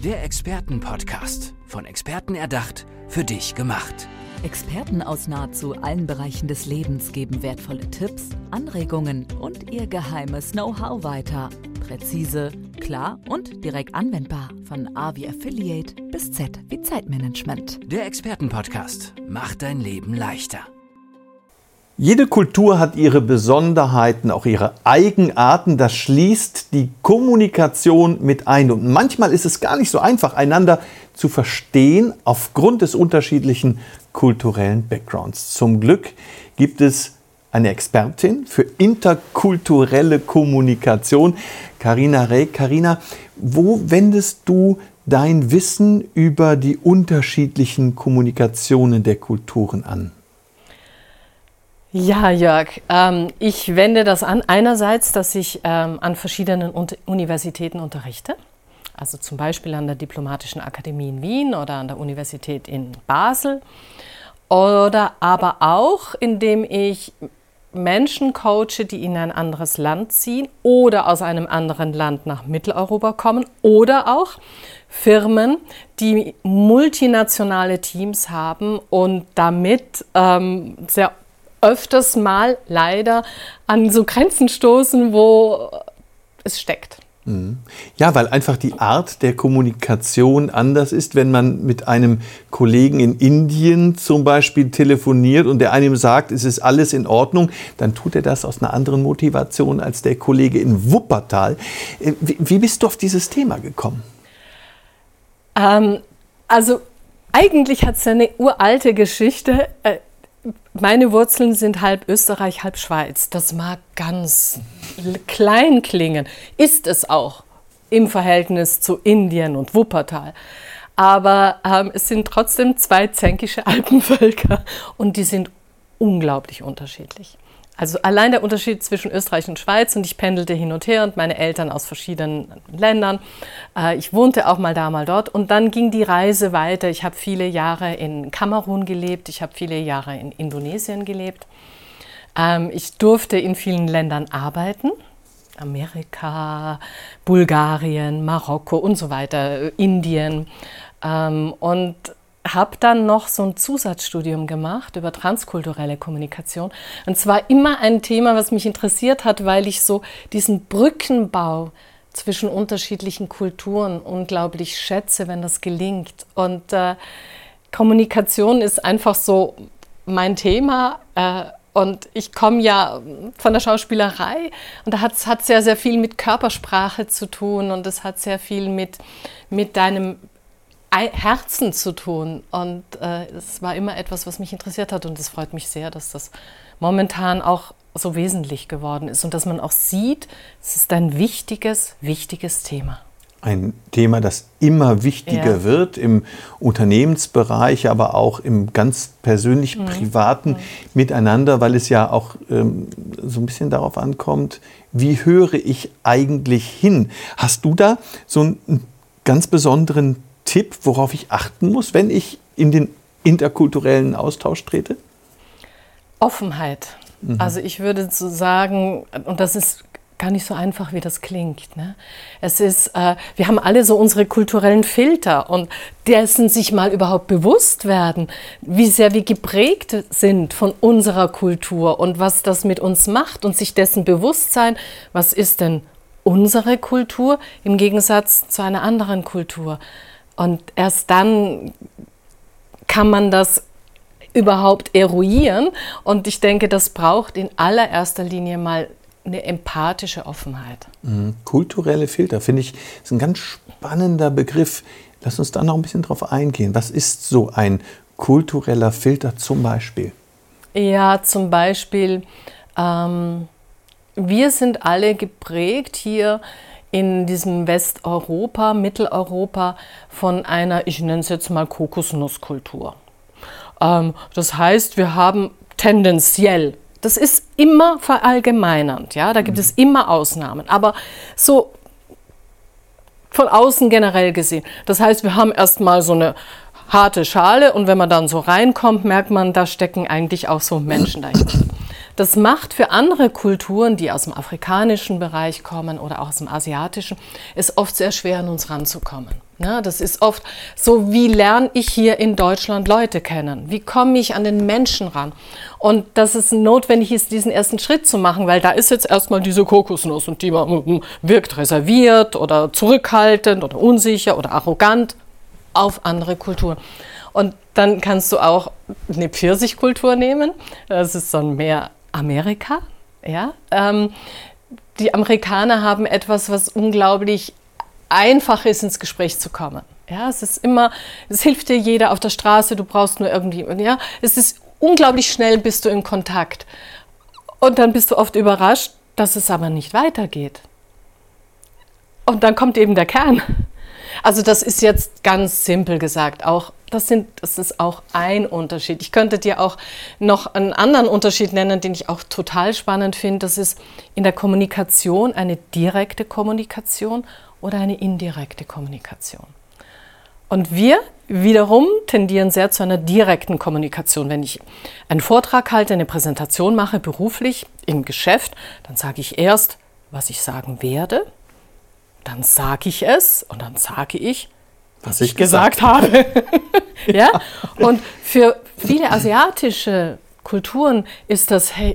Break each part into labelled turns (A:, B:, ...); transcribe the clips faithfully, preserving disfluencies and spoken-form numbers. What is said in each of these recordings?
A: Der Experten-Podcast. Von Experten erdacht, für dich gemacht.
B: Experten aus nahezu allen Bereichen des Lebens geben wertvolle Tipps, Anregungen und ihr geheimes Know-how weiter. Präzise, klar und direkt anwendbar. Von A wie Affiliate bis Z wie Zeitmanagement.
A: Der Experten-Podcast macht dein Leben leichter.
C: Jede Kultur hat ihre Besonderheiten, auch ihre Eigenarten. Das schließt die Kommunikation mit ein. Und manchmal ist es gar nicht so einfach, einander zu verstehen aufgrund des unterschiedlichen kulturellen Backgrounds. Zum Glück gibt es eine Expertin für interkulturelle Kommunikation, Carina Reh. Carina, wo wendest du dein Wissen über die unterschiedlichen Kommunikationen der Kulturen an?
D: Ja, Jörg, ähm, ich wende das an. Einerseits, dass ich ähm, an verschiedenen Un- Universitäten unterrichte, also zum Beispiel an der Diplomatischen Akademie in Wien oder an der Universität in Basel, oder aber auch, indem ich Menschen coache, die in ein anderes Land ziehen oder aus einem anderen Land nach Mitteleuropa kommen, oder auch Firmen, die multinationale Teams haben und damit ähm, sehr öfters mal leider an so Grenzen stoßen, wo es steckt.
C: Ja, weil einfach die Art der Kommunikation anders ist, wenn man mit einem Kollegen in Indien zum Beispiel telefoniert und der einem sagt, es ist alles in Ordnung, dann tut er das aus einer anderen Motivation als der Kollege in Wuppertal. Wie, wie bist du auf dieses Thema gekommen?
D: Ähm, also eigentlich hat es eine uralte Geschichte. Äh, Meine Wurzeln sind halb Österreich, halb Schweiz. Das mag ganz klein klingen, ist es auch im Verhältnis zu Indien und Wuppertal. Aber ähm, es sind trotzdem zwei zänkische Alpenvölker und die sind unglaublich unterschiedlich. Also allein der Unterschied zwischen Österreich und Schweiz, und ich pendelte hin und her und meine Eltern aus verschiedenen Ländern. Äh, ich wohnte auch mal da, mal dort, und dann ging die Reise weiter. Ich habe viele Jahre in Kamerun gelebt, ich habe viele Jahre in Indonesien gelebt. Ähm, ich durfte in vielen Ländern arbeiten, Amerika, Bulgarien, Marokko und so weiter, Indien, ähm, und habe dann noch so ein Zusatzstudium gemacht über transkulturelle Kommunikation. Und zwar immer ein Thema, was mich interessiert hat, weil ich so diesen Brückenbau zwischen unterschiedlichen Kulturen unglaublich schätze, wenn das gelingt. Und äh, Kommunikation ist einfach so mein Thema. Äh, und ich komme ja von der Schauspielerei und da hat es sehr, sehr viel mit Körpersprache zu tun und es hat sehr viel mit, mit deinem Herzen zu tun, und äh, es war immer etwas, was mich interessiert hat, und es freut mich sehr, dass das momentan auch so wesentlich geworden ist und dass man auch sieht, es ist ein wichtiges, wichtiges Thema.
C: Ein Thema, das immer wichtiger ja. wird im Unternehmensbereich, aber auch im ganz persönlich mhm. privaten mhm. Miteinander, weil es ja auch ähm, so ein bisschen darauf ankommt, wie höre ich eigentlich hin? Hast du da so einen ganz besonderen Tipp, worauf ich achten muss, wenn ich in den interkulturellen Austausch trete?
D: Offenheit. Mhm. Also ich würde so sagen, und das ist gar nicht so einfach, wie das klingt. Ne? Es ist, äh, wir haben alle so unsere kulturellen Filter, und dessen sich mal überhaupt bewusst werden, wie sehr wir geprägt sind von unserer Kultur und was das mit uns macht, und sich dessen bewusst sein, was ist denn unsere Kultur im Gegensatz zu einer anderen Kultur. Und erst dann kann man das überhaupt eruieren. Und ich denke, das braucht in allererster Linie mal eine empathische Offenheit.
C: Mhm. Kulturelle Filter, finde ich, ist ein ganz spannender Begriff. Lass uns da noch ein bisschen drauf eingehen. Was ist so ein kultureller Filter zum Beispiel?
D: Ja, zum Beispiel, ähm, wir sind alle geprägt hier in diesem Westeuropa, Mitteleuropa von einer, ich nenne es jetzt mal Kokosnusskultur. Ähm, das heißt, wir haben tendenziell, das ist immer verallgemeinernd, ja, da gibt es immer Ausnahmen, aber so von außen generell gesehen. Das heißt, wir haben erstmal so eine harte Schale, und wenn man dann so reinkommt, merkt man, da stecken eigentlich auch so Menschen dahinter. Das macht für andere Kulturen, die aus dem afrikanischen Bereich kommen oder auch aus dem asiatischen, es oft sehr schwer, an uns ranzukommen. Na, das ist oft so, wie lerne ich hier in Deutschland Leute kennen? Wie komme ich an den Menschen ran? Und dass es notwendig ist, diesen ersten Schritt zu machen, weil da ist jetzt erstmal diese Kokosnuss und die wirkt reserviert oder zurückhaltend oder unsicher oder arrogant auf andere Kulturen. Und dann kannst du auch eine Pfirsichkultur nehmen, das ist dann mehr Amerika. Ja? Ähm, die Amerikaner haben etwas, was unglaublich einfach ist, ins Gespräch zu kommen. Ja, es ist immer, es hilft dir jeder auf der Straße, du brauchst nur irgendwie, ja, es ist unglaublich schnell, bist du in Kontakt. Und dann bist du oft überrascht, dass es aber nicht weitergeht. Und dann kommt eben der Kern. Also das ist jetzt ganz simpel gesagt, auch das, sind, das ist auch ein Unterschied. Ich könnte dir auch noch einen anderen Unterschied nennen, den ich auch total spannend finde. Das ist in der Kommunikation eine direkte Kommunikation oder eine indirekte Kommunikation. Und wir wiederum tendieren sehr zu einer direkten Kommunikation. Wenn ich einen Vortrag halte, eine Präsentation mache, beruflich, im Geschäft, dann sage ich erst, was ich sagen werde, dann sage ich es und dann sage ich, was ich gesagt, gesagt habe. Ja? Und für viele asiatische Kulturen ist das, hey,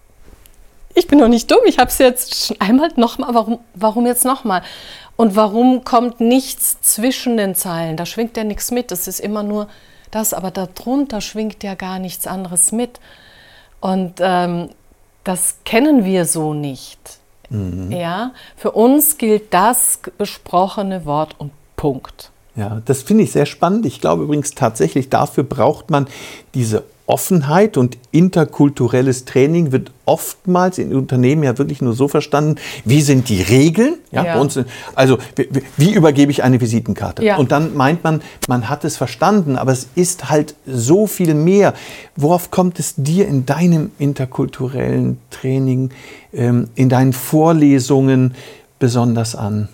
D: ich bin doch nicht dumm, ich habe es jetzt schon einmal nochmal, warum, warum jetzt nochmal? Und warum kommt nichts zwischen den Zeilen? Da schwingt ja nichts mit, das ist immer nur das, aber darunter schwingt ja gar nichts anderes mit. Und ähm, das kennen wir so nicht. Mhm. Ja? Für uns gilt das besprochene Wort und Punkt.
C: Ja, das finde ich sehr spannend. Ich glaube übrigens tatsächlich, dafür braucht man diese Offenheit, und interkulturelles Training wird oftmals in Unternehmen ja wirklich nur so verstanden, wie sind die Regeln? Ja,
D: ja.
C: Bei uns, also wie, wie übergebe ich eine Visitenkarte?
D: Ja.
C: Und dann meint man, man hat es verstanden, aber es ist halt so viel mehr. Worauf kommt es dir in deinem interkulturellen Training, ähm, in deinen Vorlesungen besonders an?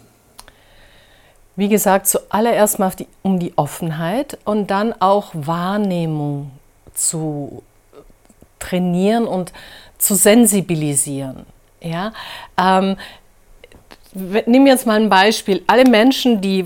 D: Wie gesagt, zuallererst mal die, um die Offenheit und dann auch Wahrnehmung zu trainieren und zu sensibilisieren. Ja? Ähm, nimm jetzt mal ein Beispiel. Alle Menschen, die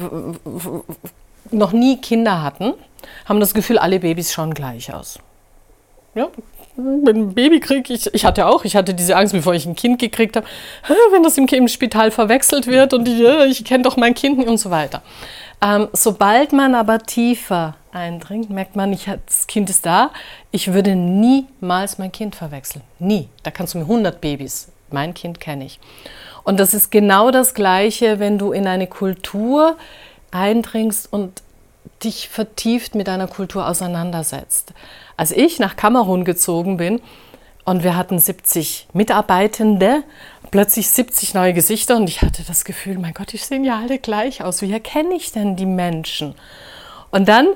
D: noch nie Kinder hatten, haben das Gefühl, alle Babys schauen gleich aus. Ja? Wenn ein Baby kriege, ich, ich hatte auch, ich hatte diese Angst, bevor ich ein Kind gekriegt habe, wenn das im, im Spital verwechselt wird und ich, ich kenne doch mein Kind und so weiter. Ähm, sobald man aber tiefer eindringt, merkt man, ich, das Kind ist da, ich würde niemals mein Kind verwechseln. Nie. Da kannst du mir hundert Babys, mein Kind kenne ich. Und das ist genau das Gleiche, wenn du in eine Kultur eindringst und dich vertieft mit einer Kultur auseinandersetzt. Als ich nach Kamerun gezogen bin und wir hatten siebzig Mitarbeitende, plötzlich siebzig neue Gesichter und ich hatte das Gefühl, mein Gott, die sehen ja alle gleich aus. Wie erkenne ich denn die Menschen? Und dann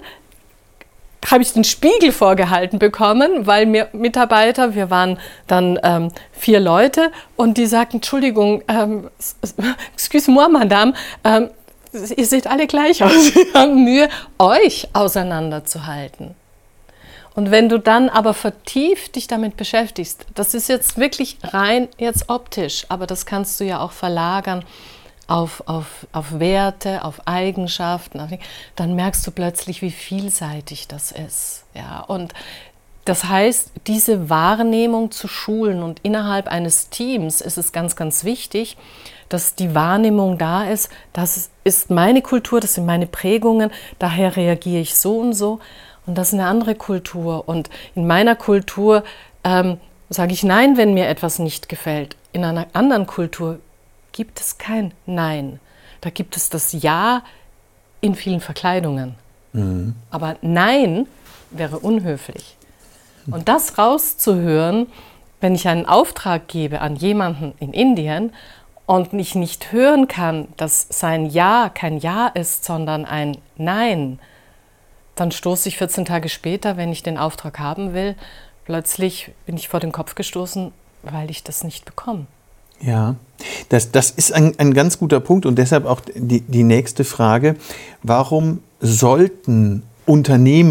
D: habe ich den Spiegel vorgehalten bekommen, weil mir Mitarbeiter, wir waren dann ähm, vier Leute und die sagten, Entschuldigung, ähm, excuse-moi, Madame, ähm, ihr seht alle gleich aus. Wir haben Mühe, euch auseinanderzuhalten. Und wenn du dann aber vertieft dich damit beschäftigst, das ist jetzt wirklich rein jetzt optisch, aber das kannst du ja auch verlagern auf, auf, auf Werte, auf Eigenschaften, auf, dann merkst du plötzlich, wie vielseitig das ist. Ja, und das heißt, diese Wahrnehmung zu schulen, und innerhalb eines Teams ist es ganz, ganz wichtig, dass die Wahrnehmung da ist, das ist meine Kultur, das sind meine Prägungen, daher reagiere ich so und so. Und das ist eine andere Kultur. Und in meiner Kultur ähm, sage ich Nein, wenn mir etwas nicht gefällt. In einer anderen Kultur gibt es kein Nein. Da gibt es das Ja in vielen Verkleidungen. Mhm. Aber Nein wäre unhöflich. Und das rauszuhören, wenn ich einen Auftrag gebe an jemanden in Indien und ich nicht hören kann, dass sein Ja kein Ja ist, sondern ein Nein, dann stoße ich vierzehn Tage später, wenn ich den Auftrag haben will, plötzlich bin ich vor den Kopf gestoßen, weil ich das nicht bekomme.
C: Ja, das, das ist ein, ein ganz guter Punkt und deshalb auch die, die nächste Frage. Warum sollten Unternehmen,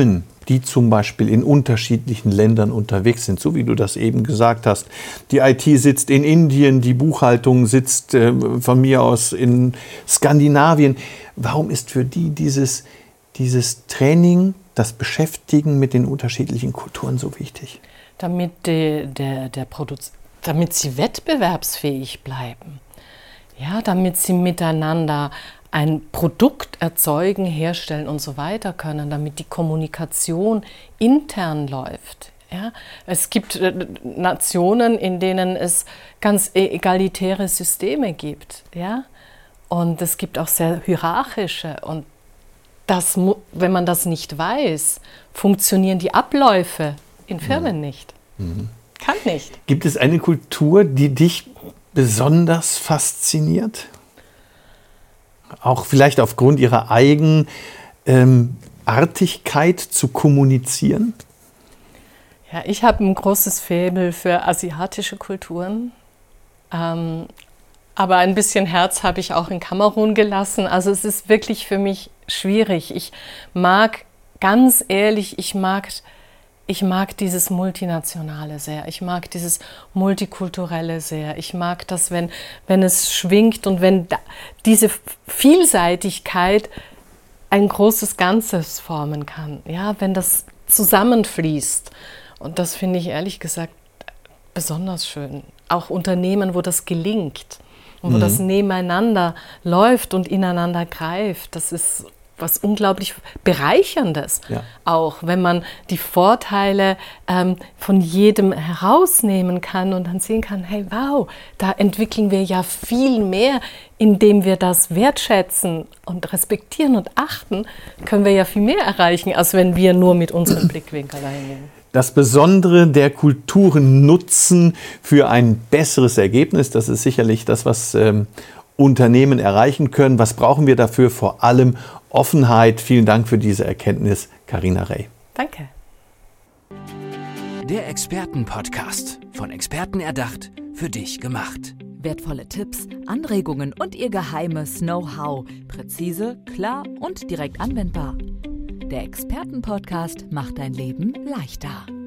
C: die zum Beispiel in unterschiedlichen Ländern unterwegs sind, so wie du das eben gesagt hast. Die I T sitzt in Indien, die Buchhaltung sitzt äh, von mir aus in Skandinavien. Warum ist für die dieses, dieses Training, das Beschäftigen mit den unterschiedlichen Kulturen so wichtig?
D: Damit, die, der, der Produz- damit sie wettbewerbsfähig bleiben, ja, damit sie miteinander ein Produkt erzeugen, herstellen und so weiter können, damit die Kommunikation intern läuft. Ja? Es gibt äh, Nationen, in denen es ganz egalitäre Systeme gibt. Ja? Und es gibt auch sehr hierarchische. Und das, wenn man das nicht weiß, funktionieren die Abläufe in Firmen mhm. nicht. Mhm. Kann nicht.
C: Gibt es eine Kultur, die dich besonders fasziniert? Auch vielleicht aufgrund ihrer Eigenartigkeit ähm, zu kommunizieren?
D: Ja, ich habe ein großes Faible für asiatische Kulturen. Ähm, aber ein bisschen Herz habe ich auch in Kamerun gelassen. Also es ist wirklich für mich schwierig. Ich mag, ganz ehrlich, ich mag, ich mag dieses Multinationale sehr. Ich mag dieses Multikulturelle sehr. Ich mag das, wenn, wenn es schwingt und wenn da, diese Vielseitigkeit ein großes Ganzes formen kann. Ja, wenn das zusammenfließt. Und das finde ich ehrlich gesagt besonders schön. Auch Unternehmen, wo das gelingt und wo mhm. das nebeneinander läuft und ineinander greift. Das ist was unglaublich Bereicherndes, ja. Auch wenn man die Vorteile ähm, von jedem herausnehmen kann und dann sehen kann, hey, wow, da entwickeln wir ja viel mehr, indem wir das wertschätzen und respektieren und achten, können wir ja viel mehr erreichen, als wenn wir nur mit unserem Blickwinkel reingehen.
C: Das Besondere der Kulturen nutzen für ein besseres Ergebnis, das ist sicherlich das, was ähm, Unternehmen erreichen können. Was brauchen wir dafür? Vor allem Offenheit. Vielen Dank für diese Erkenntnis, Carina Rey.
D: Danke.
A: Der Expertenpodcast, von Experten erdacht, für dich gemacht.
B: Wertvolle Tipps, Anregungen und ihr geheimes Know-how. Präzise, klar und direkt anwendbar. Der Expertenpodcast macht dein Leben leichter.